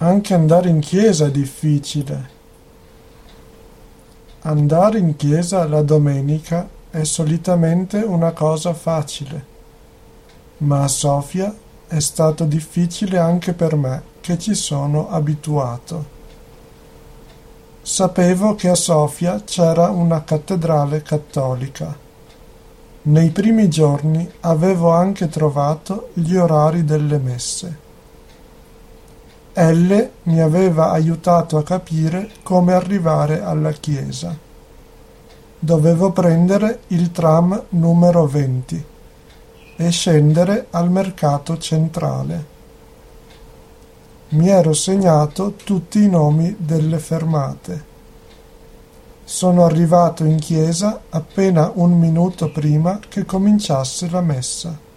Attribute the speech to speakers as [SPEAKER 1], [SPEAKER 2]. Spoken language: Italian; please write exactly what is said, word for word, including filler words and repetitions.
[SPEAKER 1] Anche andare in chiesa è difficile. Andare in chiesa la domenica è solitamente una cosa facile, ma a Sofia è stato difficile anche per me, che ci sono abituato. Sapevo che a Sofia c'era una cattedrale cattolica. Nei primi giorni avevo anche trovato gli orari delle messe. Elle mi aveva aiutato a capire come arrivare alla chiesa. Dovevo prendere il tram numero venti e scendere al mercato centrale. Mi ero segnato tutti i nomi delle fermate. Sono arrivato in chiesa appena un minuto prima che cominciasse la messa.